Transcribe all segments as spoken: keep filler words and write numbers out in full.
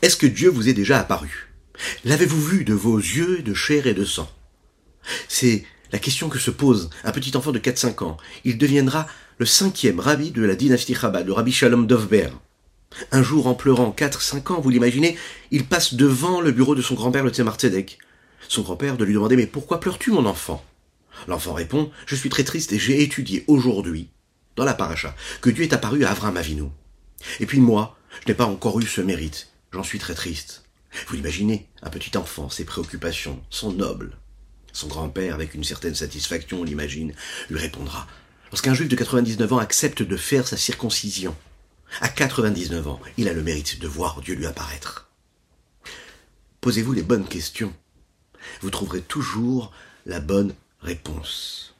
Est-ce que Dieu vous est déjà apparu? L'avez-vous vu de vos yeux de chair et de sang? C'est la question que se pose un petit enfant de quatre cinq ans. Il deviendra le cinquième rabbi de la dynastie Chabad, le rabbi Shalom Dovber. Un jour, en pleurant, quatre cinq ans, vous l'imaginez, il passe devant le bureau de son grand-père, le Tzemar Tzedek. Son grand-père de lui demander « Mais pourquoi pleures-tu, mon enfant ?» L'enfant répond « Je suis très triste et j'ai étudié aujourd'hui, dans la paracha, que Dieu est apparu à Avraham Avinu. Et puis moi, je n'ai pas encore eu ce mérite. J'en suis très triste. » Vous l'imaginez, un petit enfant, ses préoccupations sont nobles. Son grand-père, avec une certaine satisfaction, on l'imagine, lui répondra « Lorsqu'un juif de quatre-vingt-dix-neuf ans accepte de faire sa circoncision, à quatre-vingt-dix-neuf ans, il a le mérite de voir Dieu lui apparaître. » Posez-vous les bonnes questions. Vous trouverez toujours la bonne réponse.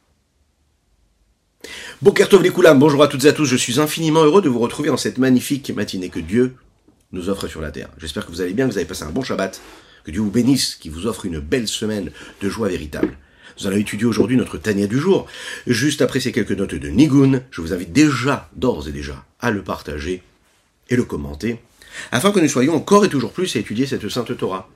Boker Tov Likoulam, bonjour à toutes et à tous, je suis infiniment heureux de vous retrouver dans cette magnifique matinée que Dieu nous offre sur la terre. J'espère que vous allez bien, que vous avez passé un bon Shabbat, que Dieu vous bénisse, qu'il vous offre une belle semaine de joie véritable. Nous allons étudier aujourd'hui notre Tania du jour. Juste après ces quelques notes de Nigun, je vous invite déjà, d'ores et déjà, à le partager et le commenter, afin que nous soyons encore et toujours plus à étudier cette Sainte Torah.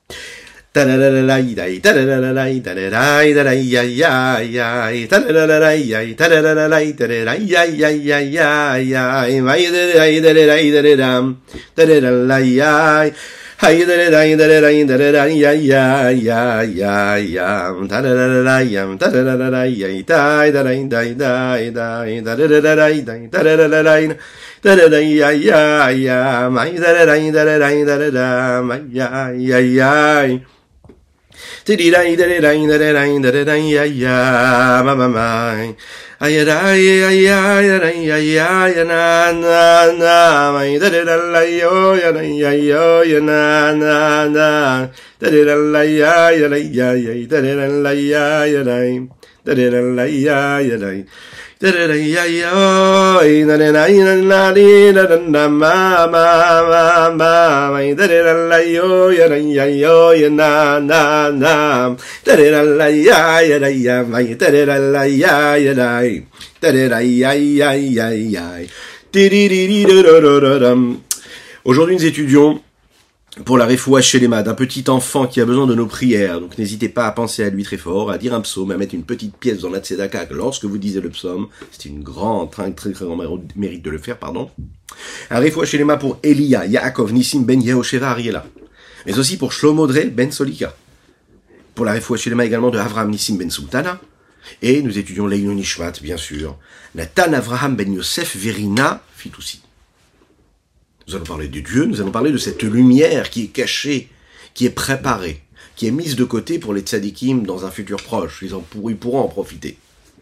Hay da da da da da da da ya ya ya ya ya da da da da ya da da da da ya da da da da da da da da da da da da da da da ya ya ya mai da da da da da da da ma ya ya ya Tiri da da da da da da da ya ya ma ma mai ay da ya ya ya ya ya ya na na na mai da da la yo ya na ya yo ya na na na da da la ya ya ya ya da da la ya ya da da la ya ya da da da ya yo na na na na na na ma ma ma ma mai da da la yo ya na ya yo ya na na na da da la ya ya ya mai da da la ya ya da da da ya ya ya ya di di di di do. Aujourd'hui nous étudions pour la Refoua Shelema d'un petit enfant qui a besoin de nos prières. Donc n'hésitez pas à penser à lui très fort, à dire un psaume, à mettre une petite pièce dans la tzedaka lorsque vous disiez le psaume. C'est une grande, très très très grand mérite de le faire, pardon. Un Refoua Shelema pour Elia, Yaakov, Nissim ben Yehosheva Ariela. Mais aussi pour Shlomo Dre ben Solika. Pour la Refoua Shelema également de Avraham Nissim ben Sultana. Et nous étudions Leilu Nishmat, bien sûr. Nathan Avraham ben Yosef Verina Fitoussi. Nous allons parler de Dieu, nous allons parler de cette lumière qui est cachée, qui est préparée, qui est mise de côté pour les tzadikim dans un futur proche. Ils, en pour, ils pourront en profiter.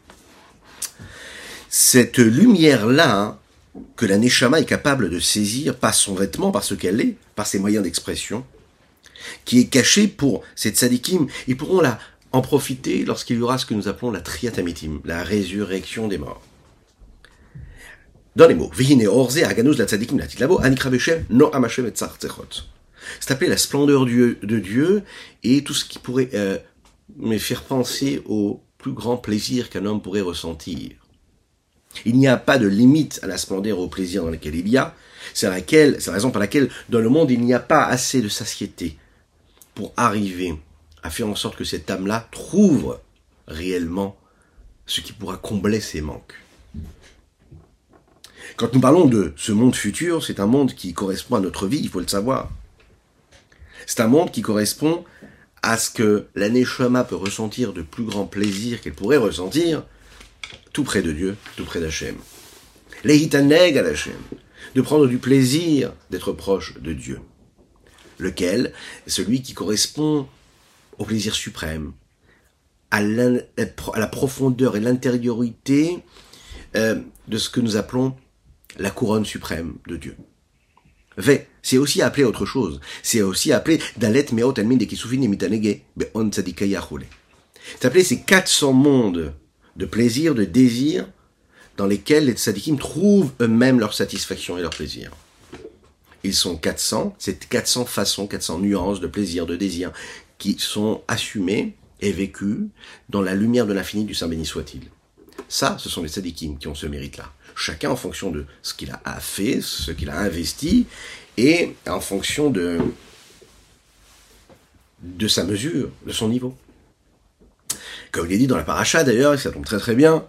Cette lumière-là, hein, que la Neshama est capable de saisir par son vêtement, par ce qu'elle est, par ses moyens d'expression, qui est cachée pour ces tzadikim, ils pourront la, en profiter lorsqu'il y aura ce que nous appelons la Triat Amitim, la résurrection des morts. Dans les mots, Vihine Orze Aganuz la Tzadikim la Titlavo Anikra Beshem No Amashem et Tzar Tzechot. C'est appelé la splendeur de Dieu et tout ce qui pourrait euh, me faire penser au plus grand plaisir qu'un homme pourrait ressentir. Il n'y a pas de limite à la splendeur et au plaisir dans lequel il y a. C'est laquelle, c'est la raison pour laquelle dans le monde il n'y a pas assez de satiété pour arriver à faire en sorte que cette âme-là trouve réellement ce qui pourra combler ses manques. Quand nous parlons de ce monde futur, c'est un monde qui correspond à notre vie, il faut le savoir. C'est un monde qui correspond à ce que la Neshama peut ressentir de plus grand plaisir qu'elle pourrait ressentir tout près de Dieu, tout près d'Hachem. Lehitaneg à Hachem, de prendre du plaisir d'être proche de Dieu. Lequel est celui qui correspond au plaisir suprême, à, à la profondeur et l'intériorité euh, de ce que nous appelons la couronne suprême de Dieu. V, c'est aussi appelé autre chose. C'est aussi appelé Dalet Meot Almin de Kisufin et Mitanege Be'on Tzadika Yachole. C'est appelé ces quatre cents mondes de plaisir, de désir, dans lesquels les tzadikim trouvent eux-mêmes leur satisfaction et leur plaisir. Ils sont quatre cents, c'est quatre cents façons, quatre cents nuances de plaisir, de désir, qui sont assumées et vécues dans la lumière de l'infini du Saint béni soit-il. Ça, ce sont les tzadikim qui ont ce mérite-là. Chacun en fonction de ce qu'il a fait, ce qu'il a investi, et en fonction de, de sa mesure, de son niveau. Comme il est dit dans la paracha d'ailleurs, et ça tombe très très bien,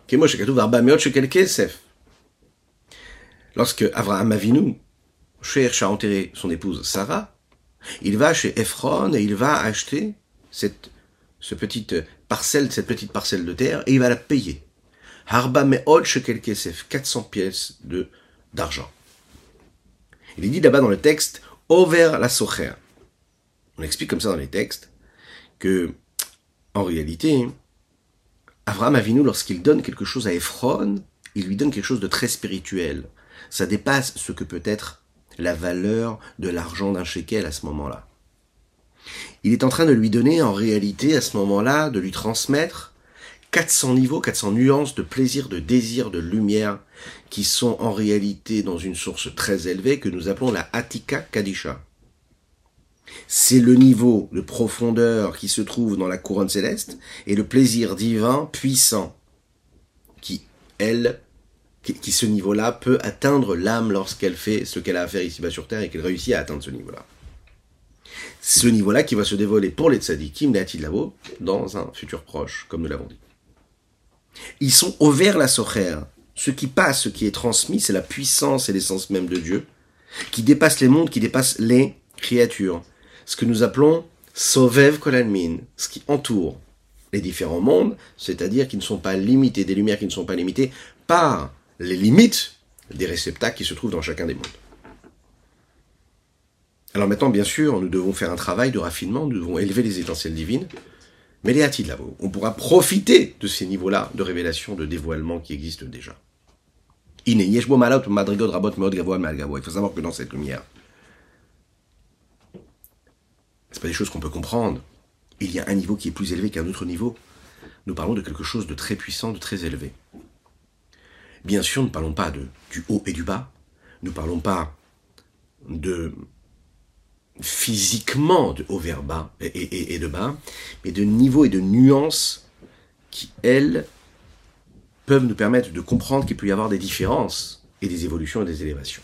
lorsque Avraham Avinu cherche à enterrer son épouse Sarah, il va chez Ephron et il va acheter cette, ce petite parcelle, cette petite parcelle de terre et il va la payer. Harba me'od shekel kesef, quatre cents pièces de, d'argent. Il est dit là-bas dans le texte, over la socher. On explique comme ça dans les textes que, en réalité, Avraham Avinu, lorsqu'il donne quelque chose à Ephron, il lui donne quelque chose de très spirituel. Ça dépasse ce que peut être la valeur de l'argent d'un shekel à ce moment-là. Il est en train de lui donner, en réalité, à ce moment-là, de lui transmettre quatre cents niveaux, quatre cents nuances de plaisir, de désir, de lumière, qui sont en réalité dans une source très élevée que nous appelons la Atika Kadisha. C'est le niveau de profondeur qui se trouve dans la couronne céleste et le plaisir divin puissant qui, elle, qui, qui ce niveau-là peut atteindre l'âme lorsqu'elle fait ce qu'elle a à faire ici-bas sur terre et qu'elle réussit à atteindre ce niveau-là. Ce niveau-là qui va se dévoiler pour les tzadikim, les Atidlavo, dans un futur proche, comme nous l'avons dit. Ils sont ouverts la socher. Ce qui passe, ce qui est transmis, c'est la puissance et l'essence même de Dieu, qui dépasse les mondes, qui dépasse les créatures. Ce que nous appelons Sovev Kolalmin, ce qui entoure les différents mondes, c'est-à-dire qui ne sont pas limités, des lumières qui ne sont pas limitées par les limites des réceptacles qui se trouvent dans chacun des mondes. Alors maintenant, bien sûr, nous devons faire un travail de raffinement, nous devons élever les étincelles divines, mais les Atidlavo, on pourra profiter de ces niveaux-là de révélation, de dévoilement qui existent déjà. Il faut savoir que dans cette lumière, c'est pas des choses qu'on peut comprendre. Il y a un niveau qui est plus élevé qu'un autre niveau. Nous parlons de quelque chose de très puissant, de très élevé. Bien sûr, nous ne parlons pas de, du haut et du bas. Nous ne parlons pas de physiquement de haut vers bas et, et, et de bas, mais de niveaux et de nuances qui, elles, peuvent nous permettre de comprendre qu'il peut y avoir des différences et des évolutions et des élévations.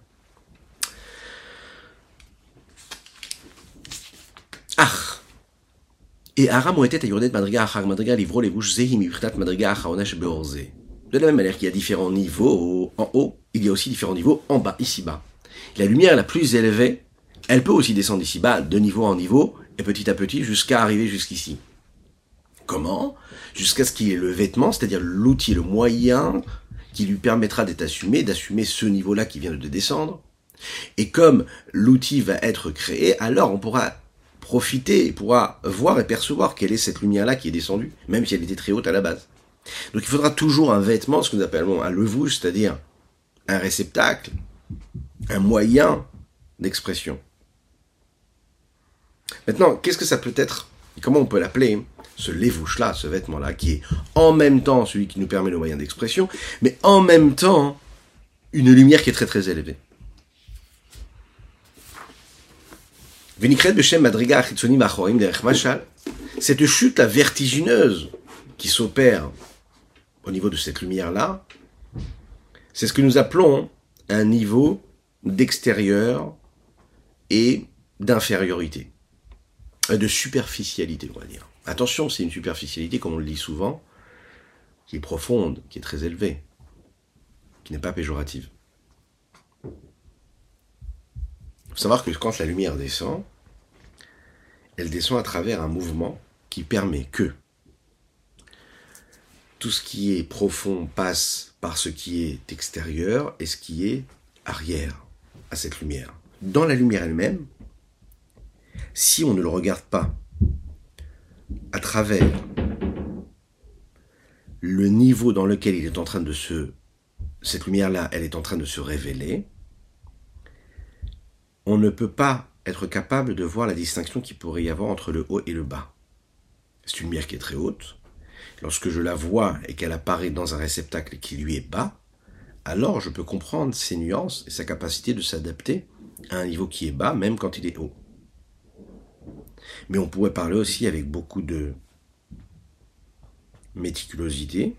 Ah. Et Aram ou était à Yordet Madriga Achar Madriga livro les bouches Zehim Yurtat Madriga Achaonesh Beorze. De la même manière qu'il y a différents niveaux en haut, il y a aussi différents niveaux en bas, ici-bas. La lumière la plus élevée, elle peut aussi descendre ici-bas, de niveau en niveau, et petit à petit, jusqu'à arriver jusqu'ici. Comment ? Jusqu'à ce qu'il y ait le vêtement, c'est-à-dire l'outil, le moyen qui lui permettra d'être assumé, d'assumer ce niveau-là qui vient de descendre. Et comme l'outil va être créé, alors on pourra profiter, on pourra voir et percevoir quelle est cette lumière-là qui est descendue, même si elle était très haute à la base. Donc il faudra toujours un vêtement, ce que nous appelons un levouche, c'est-à-dire un réceptacle, un moyen d'expression. Maintenant, qu'est-ce que ça peut être ? Et comment on peut l'appeler ? Ce levouche-là, ce vêtement-là, qui est en même temps celui qui nous permet le moyen d'expression, mais en même temps une lumière qui est très très élevée. Cette chute-là vertigineuse qui s'opère au niveau de cette lumière-là, c'est ce que nous appelons un niveau d'extérieur et d'infériorité, de superficialité, on va dire. Attention, c'est une superficialité, comme on le dit souvent, qui est profonde, qui est très élevée, qui n'est pas péjorative. Il faut savoir que quand la lumière descend, elle descend à travers un mouvement qui permet que tout ce qui est profond passe par ce qui est extérieur et ce qui est arrière à cette lumière. Dans la lumière elle-même, si on ne le regarde pas à travers le niveau dans lequel il est en train de se... cette lumière-là, elle est en train de se révéler, on ne peut pas être capable de voir la distinction qu'il pourrait y avoir entre le haut et le bas. C'est une lumière qui est très haute. Lorsque je la vois et qu'elle apparaît dans un réceptacle qui lui est bas, alors je peux comprendre ses nuances et sa capacité de s'adapter à un niveau qui est bas, même quand il est haut. Mais on pourrait parler aussi avec beaucoup de méticulosité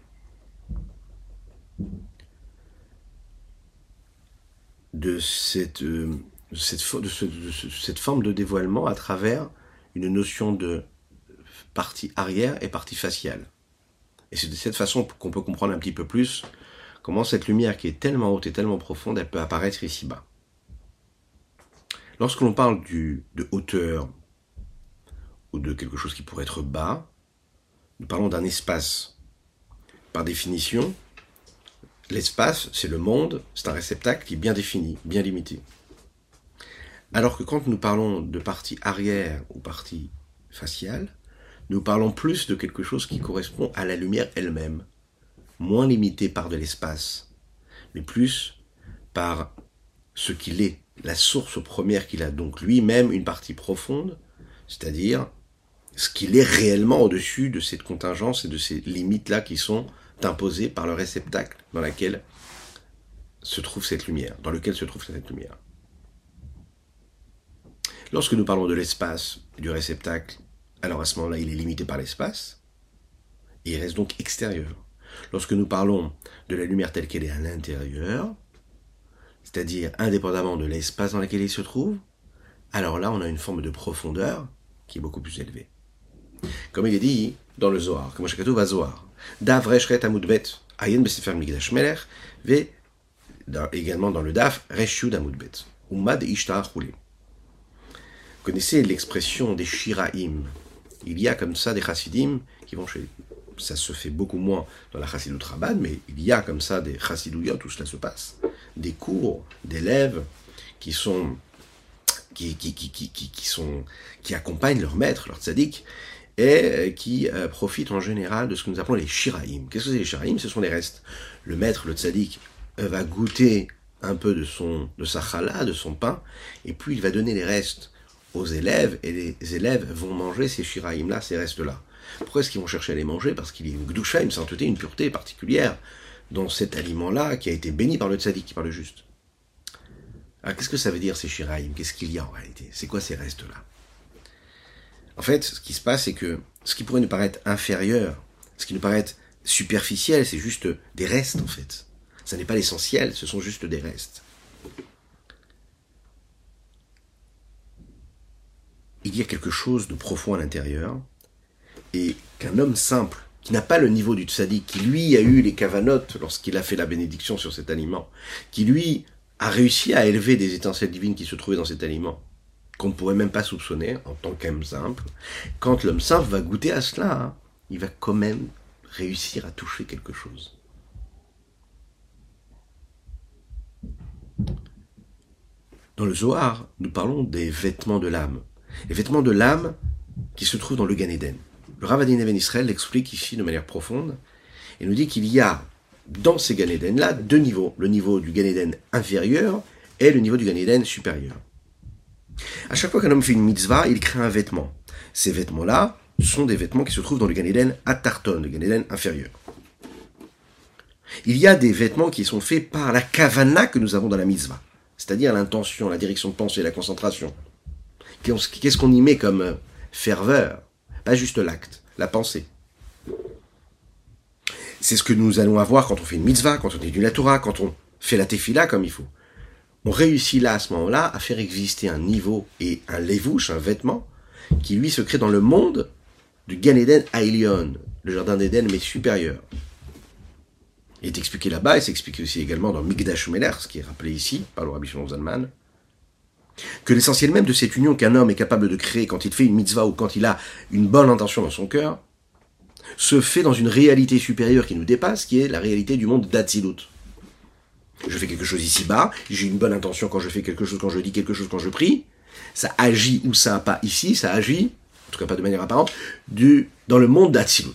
de cette de cette, de, ce, de ce, cette forme de dévoilement à travers une notion de partie arrière et partie faciale. Et c'est de cette façon qu'on peut comprendre un petit peu plus comment cette lumière qui est tellement haute et tellement profonde, elle peut apparaître ici-bas. Lorsque l'on parle du, de hauteur ou de quelque chose qui pourrait être bas, nous parlons d'un espace. Par définition, l'espace, c'est le monde, c'est un réceptacle qui est bien défini, bien limité. Alors que quand nous parlons de partie arrière ou partie faciale, nous parlons plus de quelque chose qui correspond à la lumière elle-même, moins limité par de l'espace, mais plus par ce qu'il est, la source première qu'il a, donc lui-même une partie profonde, c'est-à-dire ce qu'il est réellement au-dessus de cette contingence et de ces limites-là qui sont imposées par le réceptacle dans lequel se trouve cette lumière, dans lequel se trouve cette lumière. Lorsque nous parlons de l'espace, du réceptacle, alors à ce moment-là, il est limité par l'espace, et il reste donc extérieur. Lorsque nous parlons de la lumière telle qu'elle est à l'intérieur, c'est-à-dire indépendamment de l'espace dans lequel il se trouve, alors là, on a une forme de profondeur qui est beaucoup plus élevée. Comme il est dit dans le Zohar, comme Shakatou va Zohar, Daf Reshret Amoudbet, Ayen Besefer Migdash Melech, ve également dans le Daf Reshiud Amoudbet, Umad Ishtar Roulé. Vous connaissez l'expression des Shiraim. Il y a comme ça des Chassidim qui vont chez... Ça se fait beaucoup moins dans la Chassidut Rabbad, mais il y a comme ça des Chassidouyot où cela se passe. Des cours d'élèves qui sont... Qui, qui, qui, qui, qui, qui, sont, qui accompagnent leur maître, leur tzaddik, et qui euh, profitent en général de ce que nous appelons les Shiraim. Qu'est-ce que c'est les Shiraim? Ce sont les restes. Le maître, le tzaddik, euh, va goûter un peu de, son, de sa challah, de son pain, et puis il va donner les restes aux élèves, et les élèves vont manger ces shiraïm-là, ces restes-là. Pourquoi est-ce qu'ils vont chercher à les manger? Parce qu'il y a une gdusha, une sainteté, une pureté particulière dans cet aliment-là qui a été béni par le tzaddik, par le juste. Alors qu'est-ce que ça veut dire ces shiraïm? Qu'est-ce qu'il y a en réalité? C'est quoi ces restes-là? En fait, ce qui se passe, c'est que ce qui pourrait nous paraître inférieur, ce qui nous paraît superficiel, c'est juste des restes en fait. Ça n'est pas l'essentiel, ce sont juste des restes. Il y a quelque chose de profond à l'intérieur, et qu'un homme simple, qui n'a pas le niveau du tzaddik, qui lui a eu les kavanotes lorsqu'il a fait la bénédiction sur cet aliment, qui lui a réussi à élever des étincelles divines qui se trouvaient dans cet aliment, qu'on ne pourrait même pas soupçonner en tant qu'homme simple, quand l'homme simple va goûter à cela, hein, il va quand même réussir à toucher quelque chose. Dans le Zohar, nous parlons des vêtements de l'âme. Les vêtements de l'âme qui se trouvent dans le Gan Eden. Le Rav Adin Ben Israël l'explique ici de manière profonde et nous dit qu'il y a dans ces Gan Eden-là deux niveaux. Le niveau du Gan Eden inférieur et le niveau du Gan Eden supérieur. À chaque fois qu'un homme fait une mitzvah, il crée un vêtement. Ces vêtements-là sont des vêtements qui se trouvent dans le Gan Eden Atarton, le Gan Eden inférieur. Il y a des vêtements qui sont faits par la kavana que nous avons dans la mitzvah, c'est-à-dire l'intention, la direction de pensée, la concentration. Qu'est-ce qu'on y met comme ferveur? Pas juste l'acte, la pensée. C'est ce que nous allons avoir quand on fait une mitzvah, quand on étudie la Torah, quand on fait la tefila comme il faut. On réussit là, à ce moment-là, à faire exister un niveau et un levouche, un vêtement, qui lui se crée dans le monde du Gan Eden Ailion, le jardin d'Éden mais supérieur. Il est expliqué là-bas, et c'est expliqué aussi également dans Migdash Melech, ce qui est rappelé ici par le Rabbi Shimon Zalman, que l'essentiel même de cette union qu'un homme est capable de créer quand il fait une mitzvah ou quand il a une bonne intention dans son cœur, se fait dans une réalité supérieure qui nous dépasse, qui est la réalité du monde d'Atsilut. Je fais quelque chose ici-bas, j'ai une bonne intention quand je fais quelque chose, quand je dis quelque chose, quand je prie, ça agit ou ça n'a pas ici, ça agit, en tout cas pas de manière apparente, du, dans le monde d'Atsilut.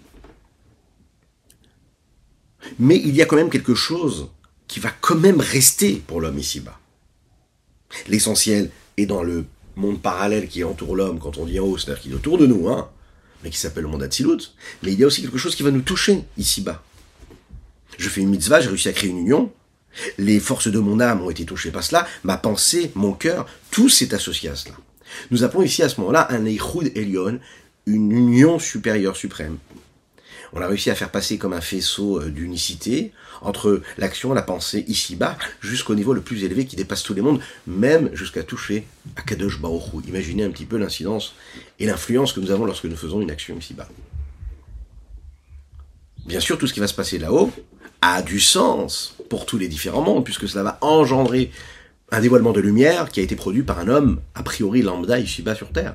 Mais il y a quand même quelque chose qui va quand même rester pour l'homme ici-bas. L'essentiel est dans le monde parallèle qui entoure l'homme quand on dit en haut, c'est-à-dire qu'il est autour de nous, hein, mais qui s'appelle le monde Atsilut. Mais il y a aussi quelque chose qui va nous toucher ici-bas. Je fais une mitzvah, j'ai réussi à créer une union, les forces de mon âme ont été touchées par cela, ma pensée, mon cœur, tout s'est associé à cela. Nous appelons ici à ce moment-là un Eichud Elyon, une union supérieure suprême. On a réussi à faire passer comme un faisceau d'unicité entre l'action, la pensée ici-bas, jusqu'au niveau le plus élevé qui dépasse tous les mondes, même jusqu'à toucher à Kadosh Baruch Hu. Imaginez un petit peu l'incidence et l'influence que nous avons lorsque nous faisons une action ici-bas. Bien sûr, tout ce qui va se passer là-haut a du sens pour tous les différents mondes, puisque cela va engendrer un dévoilement de lumière qui a été produit par un homme, a priori lambda, ici-bas sur Terre.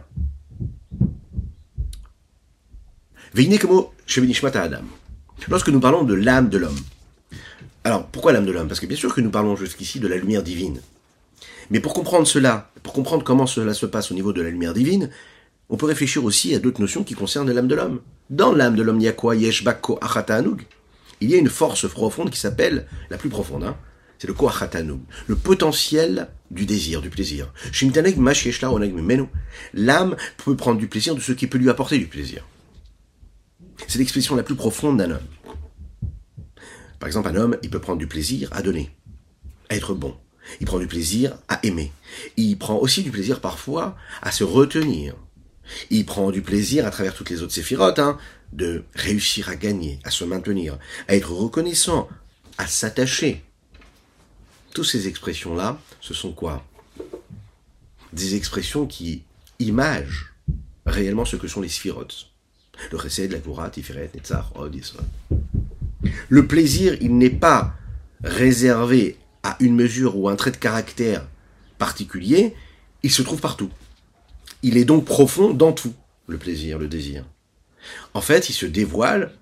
Veine como shebenishmat Adam. Lorsque nous parlons de l'âme de l'homme. Alors, pourquoi l'âme de l'homme? Parce que bien sûr que nous parlons jusqu'ici de la lumière divine. Mais pour comprendre cela, pour comprendre comment cela se passe au niveau de la lumière divine, on peut réfléchir aussi à d'autres notions qui concernent l'âme de l'homme. Dans l'âme de l'homme, il y a quoi? Yesh bako achata anug. Il y a une force profonde qui s'appelle, la plus profonde, hein, c'est le koachat anug, le potentiel du désir, du plaisir. Shimtaneg mash yesh la oneg mimenu. L'âme peut prendre du plaisir de ce qui peut lui apporter du plaisir. C'est l'expression la plus profonde d'un homme. Par exemple, un homme, il peut prendre du plaisir à donner, à être bon. Il prend du plaisir à aimer. Il prend aussi du plaisir parfois à se retenir. Il prend du plaisir à travers toutes les autres séphirotes, hein, de réussir à gagner, à se maintenir, à être reconnaissant, à s'attacher. Toutes ces expressions-là, ce sont quoi? Des expressions qui imagent réellement ce que sont les séphirotes. Le chesed, la gvura, tiferet, netzach, od, yesod. Le plaisir, il n'est pas réservé à une mesure ou un trait de caractère particulier, il se trouve partout. Il est donc profond dans tout, le plaisir, le désir. En fait, il se dévoile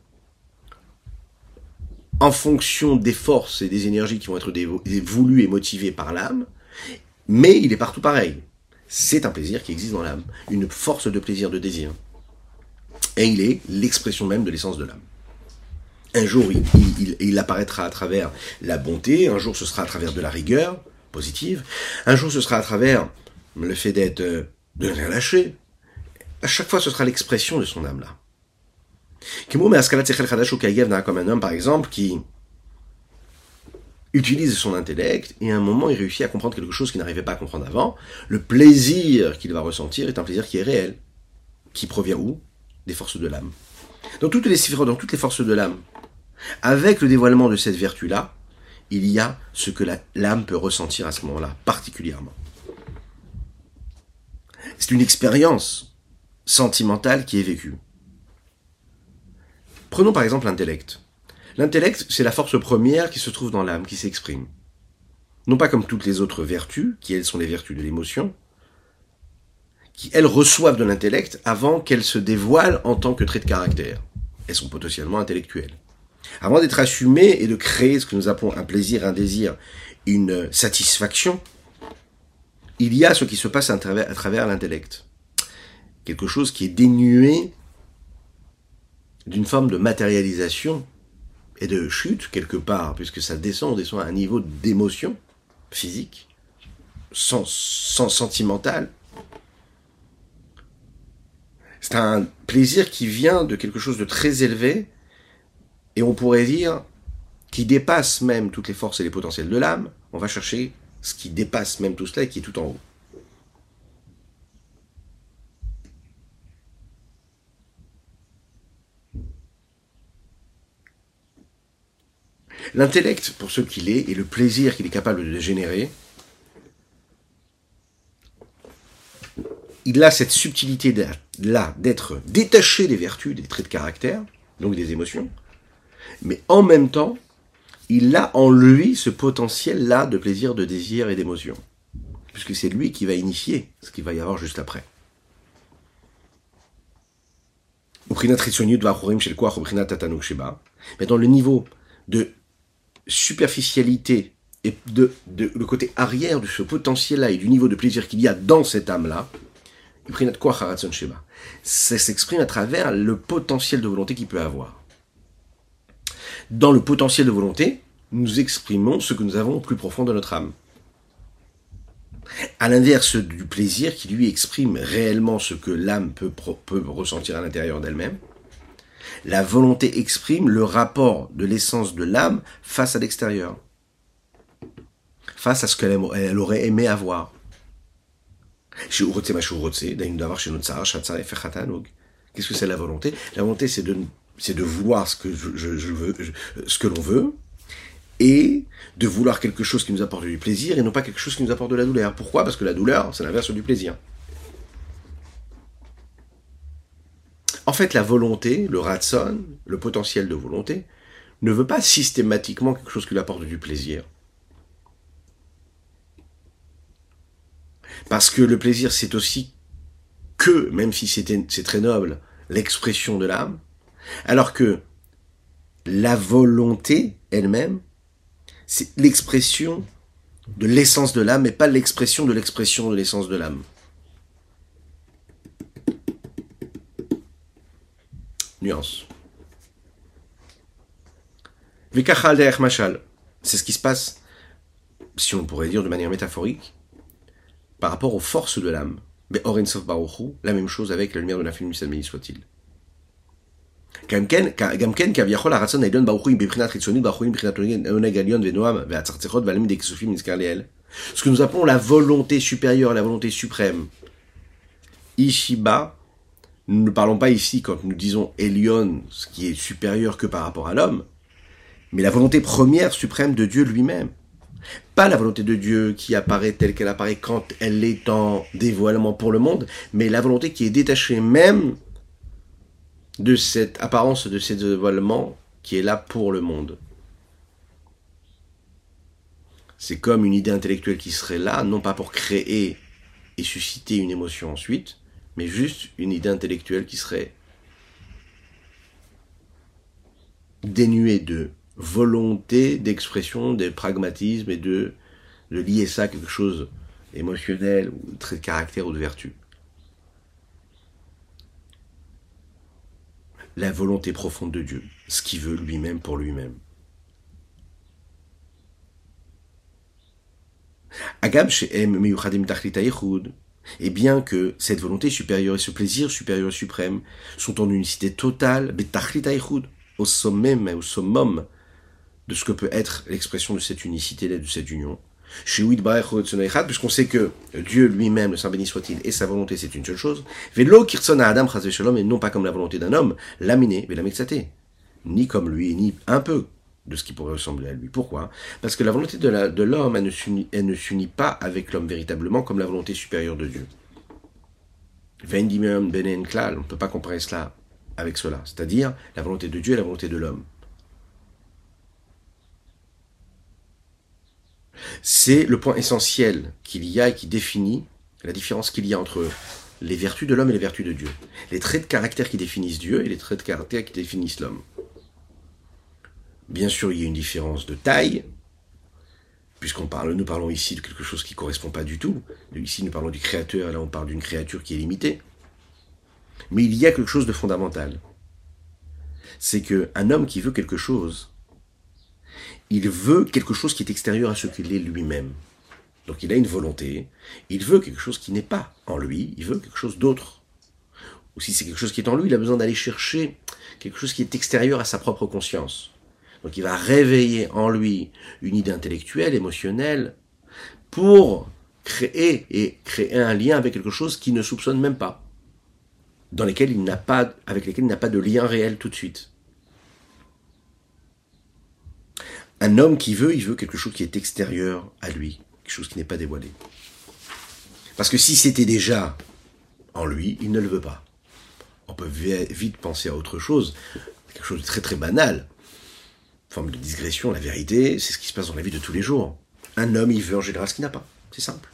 en fonction des forces et des énergies qui vont être voulues et motivées par l'âme, mais il est partout pareil. C'est un plaisir qui existe dans l'âme, une force de plaisir, de désir. Et il est l'expression même de l'essence de l'âme. Un jour, il, il, il apparaîtra à travers la bonté, un jour ce sera à travers de la rigueur positive, un jour ce sera à travers le fait d'être, de ne rien lâcher. À chaque fois, ce sera l'expression de son âme-là. Comme un homme, par exemple, qui utilise son intellect et à un moment, il réussit à comprendre quelque chose qu'il n'arrivait pas à comprendre avant. Le plaisir qu'il va ressentir est un plaisir qui est réel, qui provient où? Des forces de l'âme. Dans toutes les séphirotes, dans toutes les forces de l'âme, avec le dévoilement de cette vertu-là, il y a ce que la, l'âme peut ressentir à ce moment-là, particulièrement. C'est une expérience sentimentale qui est vécue. Prenons par exemple l'intellect. L'intellect, c'est la force première qui se trouve dans l'âme, qui s'exprime. Non pas comme toutes les autres vertus, qui elles sont les vertus de l'émotion, qui elles reçoivent de l'intellect avant qu'elles se dévoilent en tant que trait de caractère. Elles sont potentiellement intellectuelles. Avant d'être assumées et de créer ce que nous appelons un plaisir, un désir, une satisfaction, il y a ce qui se passe à travers, à travers l'intellect. Quelque chose qui est dénué d'une forme de matérialisation et de chute quelque part, puisque ça descend, on descend à un niveau d'émotion physique, sans, sans sentimental. C'est un plaisir qui vient de quelque chose de très élevé, et on pourrait dire qui dépasse même toutes les forces et les potentiels de l'âme. On va chercher ce qui dépasse même tout cela et qui est tout en haut. L'intellect, pour ce qu'il est, et le plaisir qu'il est capable de générer, il a cette subtilité-là d'être détaché des vertus, des traits de caractère, donc des émotions, mais en même temps, il a en lui ce potentiel-là de plaisir, de désir et d'émotion, puisque c'est lui qui va initier ce qu'il va y avoir juste après. Mais dans le niveau de superficialité et de, de le côté arrière de ce potentiel-là et du niveau de plaisir qu'il y a dans cette âme-là, ça s'exprime à travers le potentiel de volonté qu'il peut avoir. Dans le potentiel de volonté, nous exprimons ce que nous avons au plus profond de notre âme. À l'inverse du plaisir qui lui exprime réellement ce que l'âme peut, peut ressentir à l'intérieur d'elle-même, la volonté exprime le rapport de l'essence de l'âme face à l'extérieur, face à ce qu'elle elle aurait aimé avoir. Qu'est-ce que c'est la volonté? La volonté, c'est de c'est de vouloir ce que je, je, je veux, je, ce que l'on veut, et de vouloir quelque chose qui nous apporte du plaisir et non pas quelque chose qui nous apporte de la douleur. Pourquoi ? Parce que la douleur, c'est l'inverse du plaisir. En fait, la volonté, le ratson, le potentiel de volonté, ne veut pas systématiquement quelque chose qui lui apporte du plaisir. Parce que le plaisir, c'est aussi que, même si c'est, c'est très noble, l'expression de l'âme, alors que la volonté elle-même, c'est l'expression de l'essence de l'âme, mais pas l'expression de l'expression de l'essence de l'âme. Nuance. Vikachal derech mashal. C'est ce qui se passe, si on pourrait dire de manière métaphorique, par rapport aux forces de l'âme. Mais Or Ein Sof Baruch Hu, la même chose avec la lumière de l'infini, béni soit-il. Gamken, Gamken, Kaviachol, Haratson, Aidon, Baruch Hu, Beprinat, Ritzoni, Baruch Hu, Beprinat, Oneg, Alion, Venoam, Veatzartzechot, Valim, Dekesofim, Niskarleel. Ce que nous appelons la volonté supérieure, la volonté suprême. Ici-bas, nous ne parlons pas ici, quand nous disons Elion, ce qui est supérieur que par rapport à l'homme, mais la volonté première, suprême de Dieu lui-même. Pas la volonté de Dieu qui apparaît telle qu'elle apparaît quand elle est en dévoilement pour le monde, mais la volonté qui est détachée même de cette apparence, de ce dévoilement qui est là pour le monde. C'est comme une idée intellectuelle qui serait là, non pas pour créer et susciter une émotion ensuite, mais juste une idée intellectuelle qui serait dénuée de volonté, d'expression, de pragmatisme et de, de lier ça à quelque chose émotionnel, ou de trait de caractère ou de vertu. La volonté profonde de Dieu, ce qu'il veut lui-même pour lui-même. Agam she'em meyuchadim tachlit ha'yichud, et bien que cette volonté supérieure et ce plaisir supérieur et suprême sont en unicité totale, betachlit ha'yichud, au sommet, mais au summum de ce que peut être l'expression de cette unicité, de cette union. Puisqu'on sait que Dieu lui-même, le Saint béni soit-il, et sa volonté, c'est une seule chose. Velo kirtzon ha'adam chas v'shalom, et non pas comme la volonté d'un homme, laminé velamexaté, ni comme lui, ni un peu de ce qui pourrait ressembler à lui. Pourquoi ? Parce que la volonté de, la, de l'homme, elle ne, s'unit, elle ne s'unit pas avec l'homme véritablement comme la volonté supérieure de Dieu. Vendimium benen klal, on ne peut pas comparer cela avec cela, c'est-à-dire la volonté de Dieu et la volonté de l'homme. C'est le point essentiel qu'il y a et qui définit la différence qu'il y a entre les vertus de l'homme et les vertus de Dieu. Les traits de caractère qui définissent Dieu et les traits de caractère qui définissent l'homme. Bien sûr, il y a une différence de taille, puisqu'on parle, nous parlons ici de quelque chose qui ne correspond pas du tout. Ici, nous parlons du Créateur, et là, on parle d'une créature qui est limitée. Mais il y a quelque chose de fondamental. C'est qu'un homme qui veut quelque chose, il veut quelque chose qui est extérieur à ce qu'il est lui-même. Donc il a une volonté, il veut quelque chose qui n'est pas en lui, il veut quelque chose d'autre. Ou si c'est quelque chose qui est en lui, il a besoin d'aller chercher quelque chose qui est extérieur à sa propre conscience. Donc il va réveiller en lui une idée intellectuelle, émotionnelle, pour créer et créer un lien avec quelque chose qu'il ne soupçonne même pas, dans lesquels il n'a pas, avec lesquels il n'a pas de lien réel tout de suite. Un homme qui veut, il veut quelque chose qui est extérieur à lui, quelque chose qui n'est pas dévoilé. Parce que si c'était déjà en lui, il ne le veut pas. On peut vite penser à autre chose, quelque chose de très très banal, forme de digression, la vérité, c'est ce qui se passe dans la vie de tous les jours. Un homme, il veut en général ce qu'il n'a pas, c'est simple.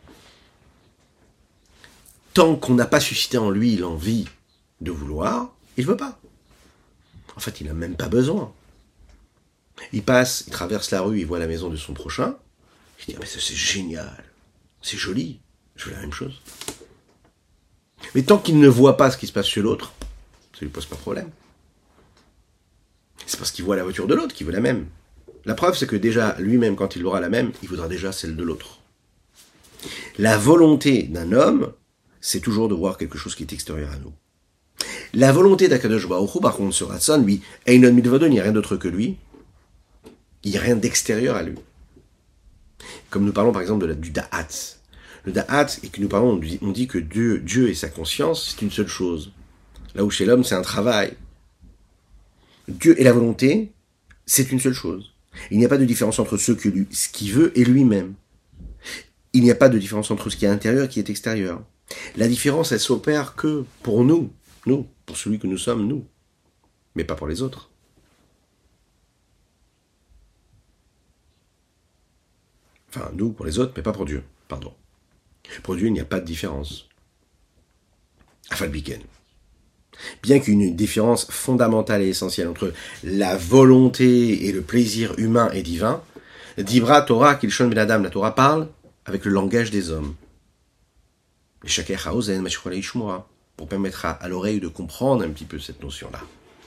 Tant qu'on n'a pas suscité en lui l'envie de vouloir, il ne veut pas. En fait, il n'a même pas besoin. Il passe, il traverse la rue, il voit la maison de son prochain. Il dit, ah, mais ça c'est génial, c'est joli, je veux la même chose. Mais tant qu'il ne voit pas ce qui se passe chez l'autre, ça ne lui pose pas de problème. C'est parce qu'il voit la voiture de l'autre qu'il veut la même. La preuve, c'est que déjà, lui-même, quand il aura la même, il voudra déjà celle de l'autre. La volonté d'un homme, c'est toujours de voir quelque chose qui est extérieur à nous. La volonté d'Akadosh Baruch Hu, par contre, sur Hatson, lui, Einon Midvodon, il n'y a rien d'autre que lui. Il n'y a rien d'extérieur à lui. Comme nous parlons par exemple de la, du Da'at. Le Da'at, et que nous parlons, on dit que Dieu, Dieu et sa conscience, c'est une seule chose. Là où chez l'homme, c'est un travail. Dieu et la volonté, c'est une seule chose. Il n'y a pas de différence entre ce que lui, ce qu'il veut et lui-même. Il n'y a pas de différence entre ce qui est intérieur et ce qui est extérieur. La différence, elle s'opère que pour nous, nous, pour celui que nous sommes, nous, mais pas pour les autres. Enfin, nous, pour les autres, mais pas pour Dieu, pardon. Pour Dieu, il n'y a pas de différence. Afalbiken. Bien qu'une différence fondamentale et essentielle entre la volonté et le plaisir humain et divin, Dibra Torah Kilshon Ben Adam, la Torah parle avec le langage des hommes. Pour permettre à l'oreille de comprendre un petit peu cette notion-là.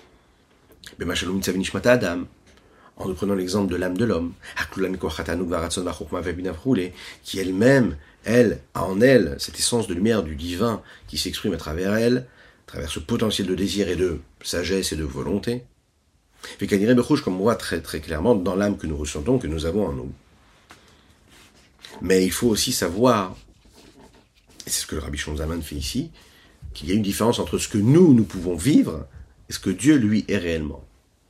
En reprenant l'exemple de l'âme de l'homme, qui elle-même, elle, a en elle cette essence de lumière du divin qui s'exprime à travers elle, à travers ce potentiel de désir et de sagesse et de volonté. Fait qu'Aniré Bechouch, comme on voit très très clairement dans l'âme que nous ressentons, que nous avons en nous. Mais il faut aussi savoir, et c'est ce que le Rabbi Shlomo Zalman fait ici, qu'il y a une différence entre ce que nous, nous pouvons vivre et ce que Dieu, lui, est réellement.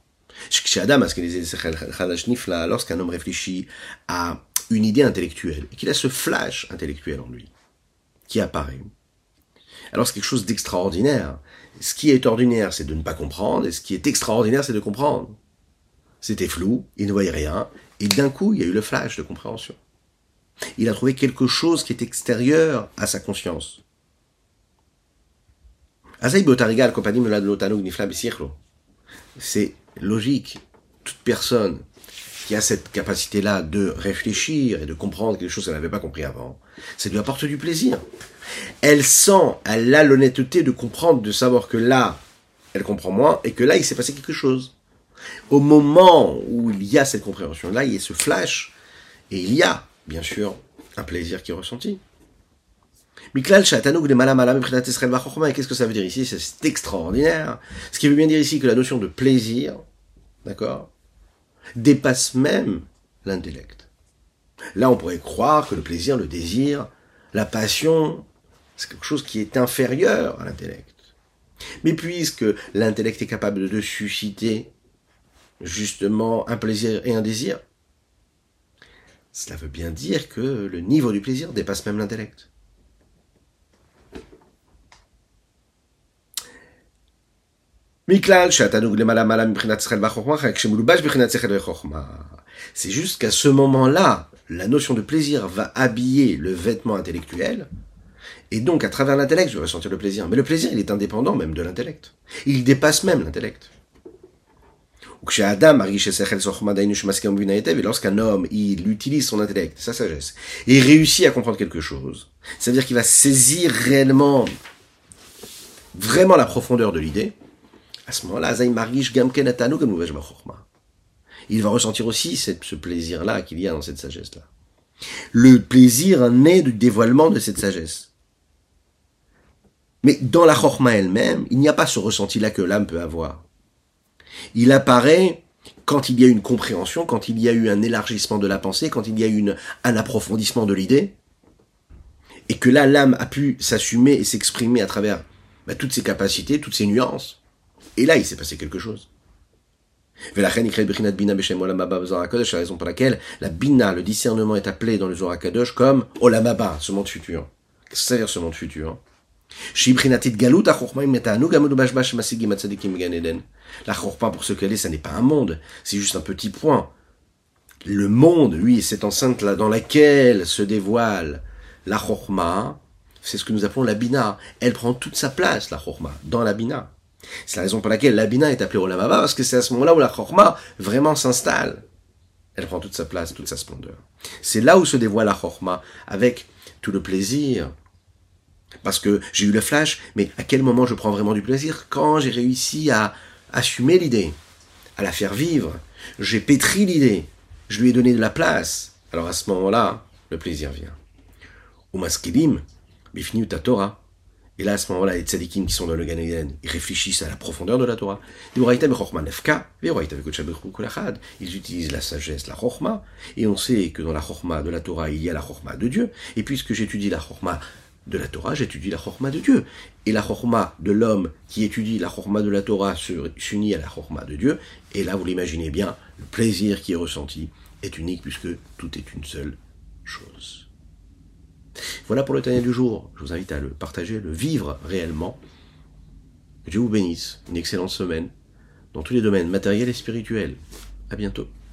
Lorsqu'un homme réfléchit à une idée intellectuelle, et qu'il a ce flash intellectuel en lui, qui apparaît, alors c'est quelque chose d'extraordinaire. Ce qui est ordinaire, c'est de ne pas comprendre, et ce qui est extraordinaire, c'est de comprendre. C'était flou, il ne voyait rien, et d'un coup, il y a eu le flash de compréhension. Il a trouvé quelque chose qui est extérieur à sa conscience. C'est logique. Toute personne qui a cette capacité-là de réfléchir et de comprendre quelque chose qu'elle n'avait pas compris avant, ça lui apporte du plaisir. Elle sent, elle a l'honnêteté de comprendre, de savoir que là, elle comprend moins, et que là, il s'est passé quelque chose. Au moment où il y a cette compréhension-là, il y a ce flash, et il y a, bien sûr, un plaisir qui est ressenti. Qu'est-ce que ça veut dire ici? C'est extraordinaire. Ce qui veut bien dire ici que la notion de plaisir, d'accord, dépasse même l'intellect. Là, on pourrait croire que le plaisir, le désir, la passion, c'est quelque chose qui est inférieur à l'intellect. Mais puisque l'intellect est capable de susciter justement un plaisir et un désir, cela veut bien dire que le niveau du plaisir dépasse même l'intellect. C'est juste qu'à ce moment-là, la notion de plaisir va habiller le vêtement intellectuel, et donc à travers l'intellect, je vais ressentir le plaisir. Mais le plaisir, il est indépendant même de l'intellect. Il dépasse même l'intellect. Et lorsqu'un homme, il utilise son intellect, sa sagesse, et réussit à comprendre quelque chose, c'est-à-dire qu'il va saisir réellement, vraiment la profondeur de l'idée, à ce moment-là, il va ressentir aussi cette, ce plaisir-là qu'il y a dans cette sagesse-là. Le plaisir naît du dévoilement de cette sagesse. Mais dans la chorma elle-même, il n'y a pas ce ressenti-là que l'âme peut avoir. Il apparaît quand il y a une compréhension, quand il y a eu un élargissement de la pensée, quand il y a eu une, un approfondissement de l'idée, et que là, l'âme a pu s'assumer et s'exprimer à travers bah, toutes ses capacités, toutes ses nuances. Et là, il s'est passé quelque chose. C'est la raison pour laquelle la bina, le discernement, est appelé dans le Zohar HaKadosh comme Olam Haba, ce monde futur. Qu'est-ce que ça veut dire ce monde futur? La chorma, pour ce qu'elle est, ça n'est pas un monde, c'est juste un petit point. Le monde, lui, cette enceinte là dans laquelle se dévoile la chorma, c'est ce que nous appelons la bina. Elle prend toute sa place, la chorma, dans la bina. C'est la raison pour laquelle la bina est appelée Olam Haba, parce que c'est à ce moment-là où la chorma vraiment s'installe. Elle prend toute sa place, toute sa splendeur. C'est là où se dévoile la chorma, avec tout le plaisir. Parce que j'ai eu le flash, mais à quel moment je prends vraiment du plaisir? Quand j'ai réussi à assumer l'idée, à la faire vivre, j'ai pétri l'idée, je lui ai donné de la place. Alors à ce moment-là, le plaisir vient. Ou maskilim, bifniut ta Torah. Et là, à ce moment-là, les tzadikim qui sont dans le Gan Eden, ils réfléchissent à la profondeur de la Torah. Ils utilisent la sagesse, la chorma, et on sait que dans la chorma de la Torah, il y a la chorma de Dieu. Et puisque j'étudie la chorma de la Torah, j'étudie la chorma de Dieu. Et la chorma de l'homme qui étudie la chorma de la Torah s'unit à la chorma de Dieu. Et là, vous l'imaginez bien, le plaisir qui est ressenti est unique puisque tout est une seule chose. Voilà pour le Tanya du jour. Je vous invite à le partager, le vivre réellement. Que Dieu vous bénisse. Une excellente semaine dans tous les domaines matériels et spirituels. À bientôt.